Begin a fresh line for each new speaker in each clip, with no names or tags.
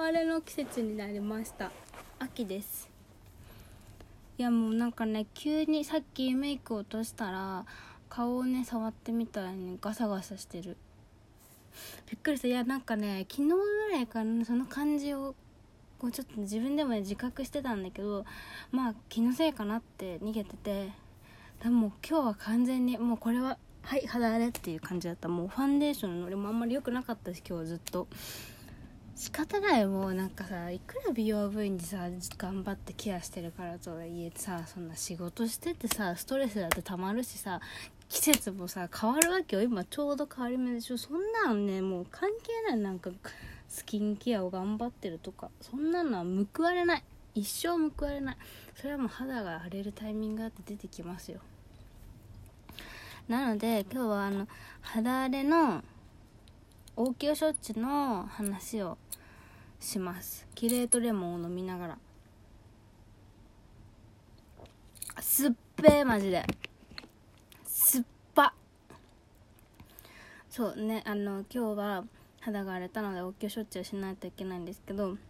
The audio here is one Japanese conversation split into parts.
荒れの季節になりました。秋です。いやもうなんかね、急にさっきメイク落としたら顔をね触ってみたらねガサガサしてる。びっくりした。いやなんかね、昨日ぐらいから、その感じをこうちょっと自分でも、ね、自覚してたんだけど、まあ気のせいかなって逃げてて、でも今日は完全にもうこれははい肌荒れっていう感じだった。もうファンデーションのノリもあんまり良くなかったし、今日ずっと仕方ない。もうなんかさ、いくら美容部員でさ頑張ってケアしてるからとはいえさ、そんな仕事しててさストレスだってたまるしさ、季節もさ変わるわけよ。今ちょうど変わり目でしょ。そんなんねもう関係ない。なんかスキンケアを頑張ってるとかそんなのは報われない。一生報われない。それはもう肌が荒れるタイミングだって出てきますよ。なので今日は肌荒れの応急処置の話をします。キレートレモンを飲みながら。酸っぱい、マジですっぱ。そうね、今日は肌が荒れたので応急処置をしないといけないんですけど、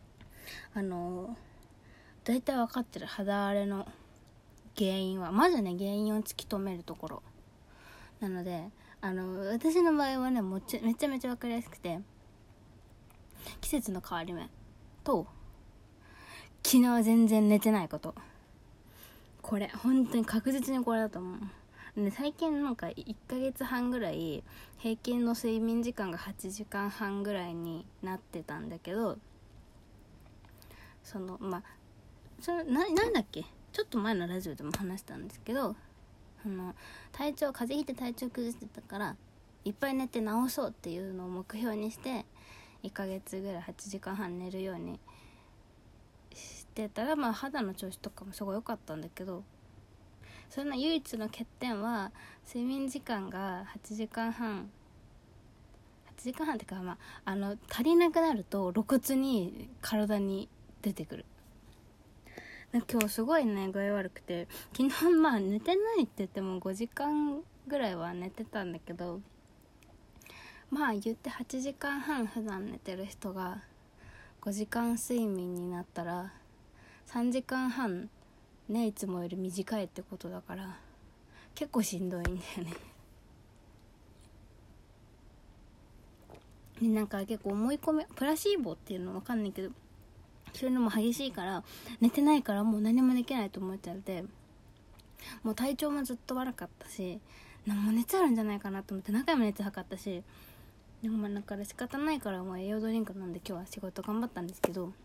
だいたい分かってる。肌荒れの原因はまずね、原因を突き止めるところなので、私の場合はねめちゃめちゃ分かりやすくて、季節の変わり目と昨日全然寝てないこと。これ本当に確実にこれだと思う、ね、最近なんか1ヶ月半ぐらい平均の睡眠時間が8時間半ぐらいになってたんだけど、それなんだっけ、ちょっと前のラジオでも話したんですけど、風邪ひいて体調崩してたからいっぱい寝て治そうっていうのを目標にして1ヶ月ぐらい8時間半寝るようにしてたら、まあ肌の調子とかもすごい良かったんだけど、そんな唯一の欠点は睡眠時間が8時間半ってか、足りなくなると露骨に体に出てくる。今日すごいね具合悪くて、昨日寝てないって言っても5時間ぐらいは寝てたんだけど、言って8時間半普段寝てる人が5時間睡眠になったら3時間半ね、いつもより短いってことだから結構しんどいんだよね。でなんか結構思い込み、プラシーボっていうの分かんないけど、そういうのも激しいから寝てないからもう何もできないと思っちゃって、もう体調もずっと悪かったし、もう熱あるんじゃないかなと思って何回も熱測ったし、でもだから仕方ないからもう栄養ドリンク飲んで今日は仕事頑張ったんですけど、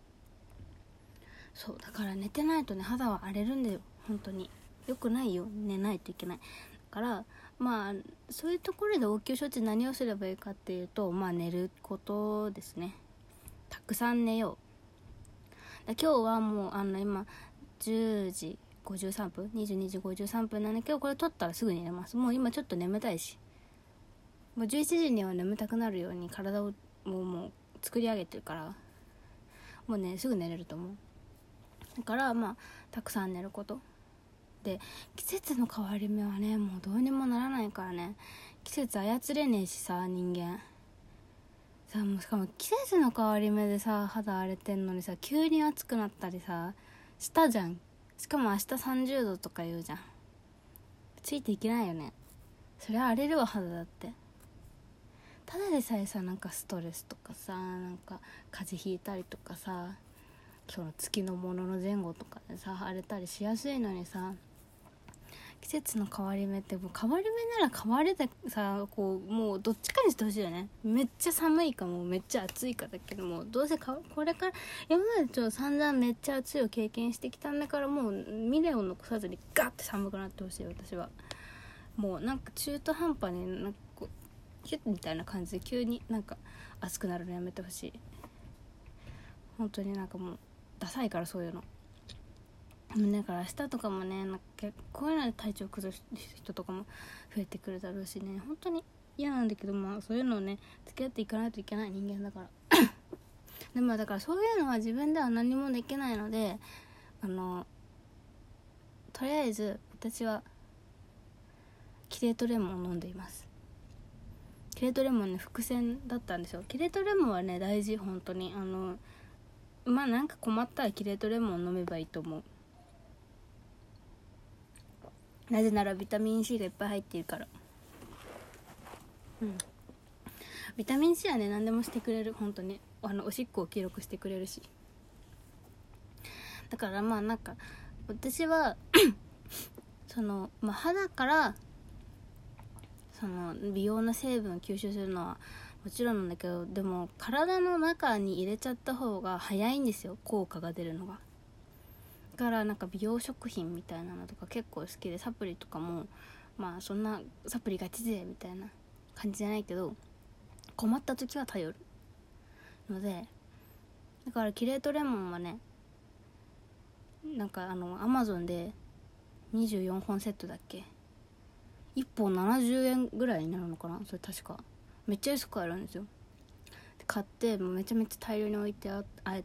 そうだから寝てないとね肌は荒れるんだよ。本当に良くないよ、寝ないといけないだから。そういうところで応急処置何をすればいいかっていうと、寝ることですね。たくさん寝よう。今日はもう今10時53分22時53分なんだけど、これ撮ったらすぐに寝ます。もう今ちょっと眠たいし、もう11時には眠たくなるように体をもう作り上げてるから、もうねすぐ寝れると思う。だからたくさん寝ることで、季節の変わり目はねもうどうにもならないからね。季節操れねえしさ、人間さ、もうしかも季節の変わり目でさ肌荒れてんのにさ、急に暑くなったりさしたじゃん。しかも明日30度とか言うじゃん。ついていけないよね。それは荒れるわ肌だって。ただでさえさなんかストレスとかさ、なんか風邪ひいたりとかさ、今日の月のものの前後とかでさ荒れたりしやすいのにさ、季節の変わり目ってもう変わり目なら変わりでさ、こうもうどっちかにしてほしいよね。めっちゃ寒いかもうめっちゃ暑いかだけども、どうせこれから今まで散々めっちゃ暑いを経験してきたんだから、もう未練を残さずにガッて寒くなってほしい。私はもうなんか中途半端になんかこうキュッみたいな感じで急になんか暑くなるのやめてほしい。本当になんかもうダサいからそういうの。だから明日とかもね、なんかこういうので体調崩す人とかも増えてくるだろうしね、本当に嫌なんだけど、そういうのをね付き合っていかないといけない人間だからでもだからそういうのは自分では何もできないので、とりあえず私はキレートレモンを飲んでいます。 キレートレモンね伏線だったんですよ。キレートレモンはね大事、本当になんか困ったらキレートレモン飲めばいいと思う。なぜならビタミン C がいっぱい入っているから。ビタミン C はね何でもしてくれる、本当におしっこを記録してくれるし。だからなんか私は肌から美容の成分を吸収するのはもちろんなんだけど、でも体の中に入れちゃった方が早いんですよ、効果が出るのが。だからなんか美容食品みたいなのとか結構好きで、サプリとかもそんなサプリガチ勢みたいな感じじゃないけど、困った時は頼るので、だからキレートレモンはね、なんかAmazon で24本セットだっけ、1本70円ぐらいになるのかな、それ確かめっちゃ安く買えるんですよ。で買ってめちゃめちゃ大量に置いてあって、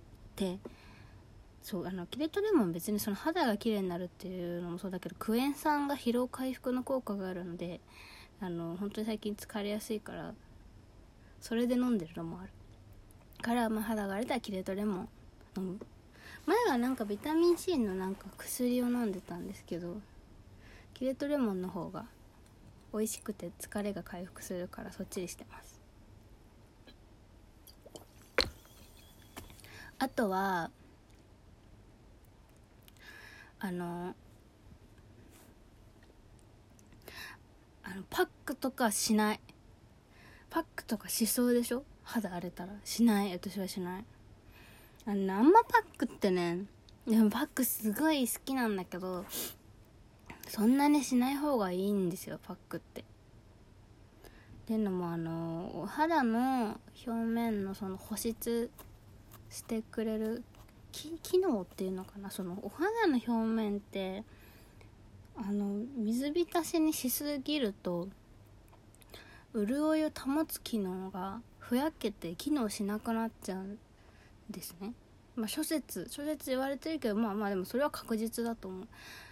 そうキレートレモン別にその肌が綺麗になるっていうのもそうだけど、クエン酸が疲労回復の効果があるので、本当に最近疲れやすいからそれで飲んでるのもあるから、肌が荒れたらキレートレモン飲む。前はなんかビタミン C のなんか薬を飲んでたんですけど、キレートレモンの方が美味しくて疲れが回復するからそっちにしてます。あとはパックとかしない。パックとかしそうでしょ、肌荒れたら。しない、私はしない。あんまパックってね、でもパックすごい好きなんだけど、そんなにしない方がいいんですよ、パックって。っていうのもお肌の表面のその保湿してくれる機能っていうのかな、そのお肌の表面って水浸しにしすぎると潤いを保つ機能がふやけて機能しなくなっちゃうんですね。諸説言われてるけど、でもそれは確実だと思う。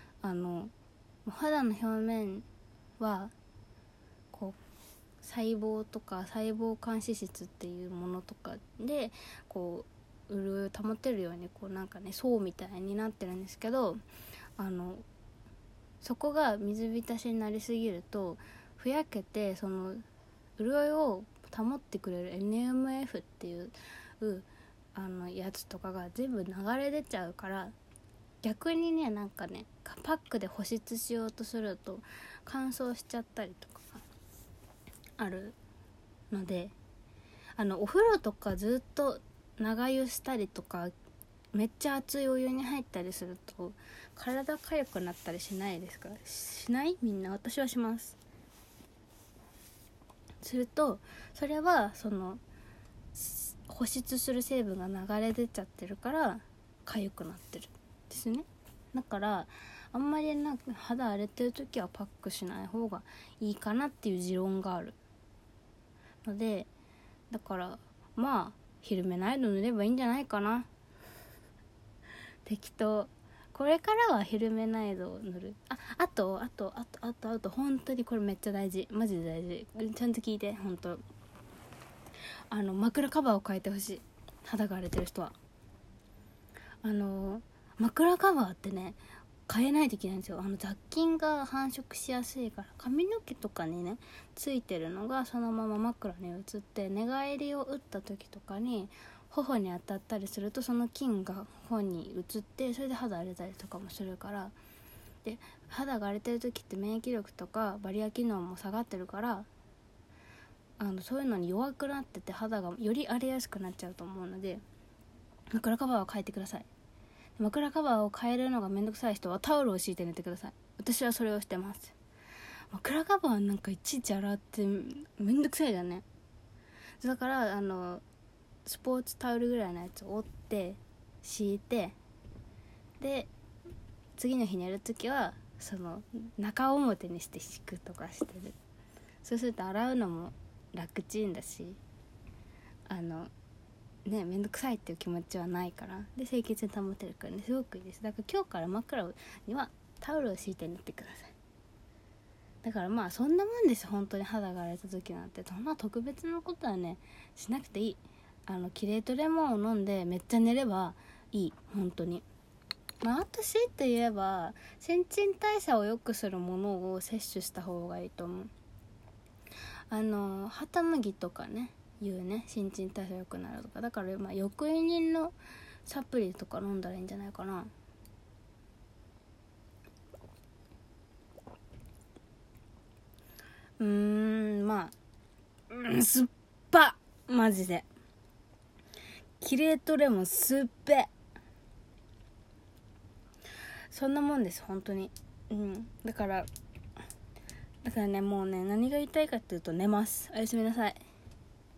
肌の表面はこう細胞とか細胞間脂質っていうものとかでこう潤いを保てるようになんかね層みたいになってるんですけど、そこが水浸しになりすぎるとふやけて、その潤いを保ってくれる NMF っていうやつとかが全部流れ出ちゃうから、逆にねなんかねパックで保湿しようとすると乾燥しちゃったりとかあるので、お風呂とかずっと長湯したりとかめっちゃ熱いお湯に入ったりすると体かゆくなったりしないですか？しない？みんな。私はします。するとそれはその保湿する成分が流れ出ちゃってるから痒くなってるんですね。だからあんまり肌荒れてる時はパックしない方がいいかなっていう持論があるので、だから昼寝ないの塗ればいいんじゃないかな。適当。これからは昼寝ナイドを塗る。あと本当にこれめっちゃ大事、マジで大事、ちゃんと聞いて。本当枕カバーを変えてほしい、肌が荒れてる人は。枕カバーってね変えないといけないんですよ。雑菌が繁殖しやすいから。髪の毛とかにねついてるのがそのまま枕に移って、寝返りを打った時とかに頬に当たったりするとその菌が頬に移って、それで肌荒れたりとかもするから。で肌が荒れてる時って免疫力とかバリア機能も下がってるから、そういうのに弱くなってて肌がより荒れやすくなっちゃうと思うので、枕カバーを変えてください。枕カバーを変えるのがめんどくさい人はタオルを敷いて寝てください。私はそれをしてます。枕カバーなんかいちいち洗ってめんどくさいじゃんね。だからスポーツタオルぐらいのやつを折って敷いて、で次の日寝るときはその中表にして敷くとかしてる。そうすると洗うのも楽ちんだし、めんどくさいっていう気持ちはないから、で清潔に保てるからね、すごくいいです。だから今日から枕にはタオルを敷いて寝てください。 だからまあそんなもんです本当に。肌が荒れた時なんてそんな特別なことはねしなくていい。キレートレモンを飲んでめっちゃ寝ればいい、本当に。まああと強いて言えば新陳代謝を良くするものを摂取した方がいいと思う。ハタ麦とかね言うね、新陳代謝良くなるとか。だからまあ翌位人のサプリとか飲んだらいいんじゃないかな。まあ、酸っぱマジでキレートレモン酸っぱ。そんなもんです本当に。だからねもうね何が言いたいかっていうと寝ます。おやすみなさい。